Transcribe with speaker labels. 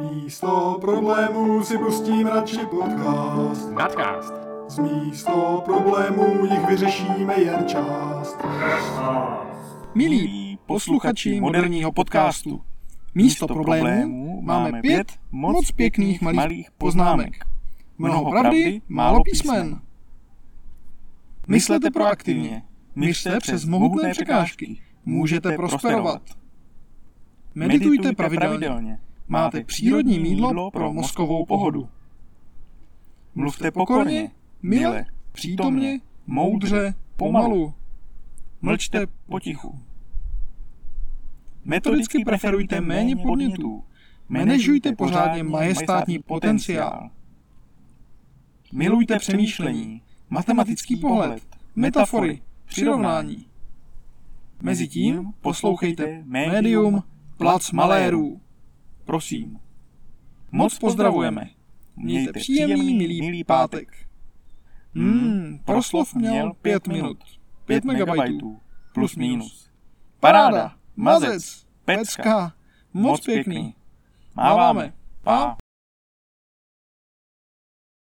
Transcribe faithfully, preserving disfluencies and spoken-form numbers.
Speaker 1: Místo problémů si pustím radši podcast.
Speaker 2: Nadcast.
Speaker 1: Z místo problémů jich vyřešíme jen část.
Speaker 2: Milí posluchači moderního podcastu, místo problémů máme pět moc pěkných malých poznámek. Mnoho pravdy, málo písmen. Myslete proaktivně, myřte přes mohutné překážky, můžete prosperovat. Meditujte pravidelně, máte přírodní mýdlo pro mozkovou pohodu. Mluvte pokorně, mile, přítomně, moudře, pomalu. Mlčte potichu. Metodicky preferujte méně podnětů. Manažujte pořádně majestátní potenciál. Milujte přemýšlení, matematický pohled, metafory, přirovnání. Mezitím poslouchejte médium Plac malérů. Prosím. Moc pozdravujeme. Mějte příjemný, milý, milý pátek. Hmm, proslov měl pět minut. Pět megabajtů. Plus minus. Paráda. Mazec. Pecka. Moc pěkný. Máváme. Pa.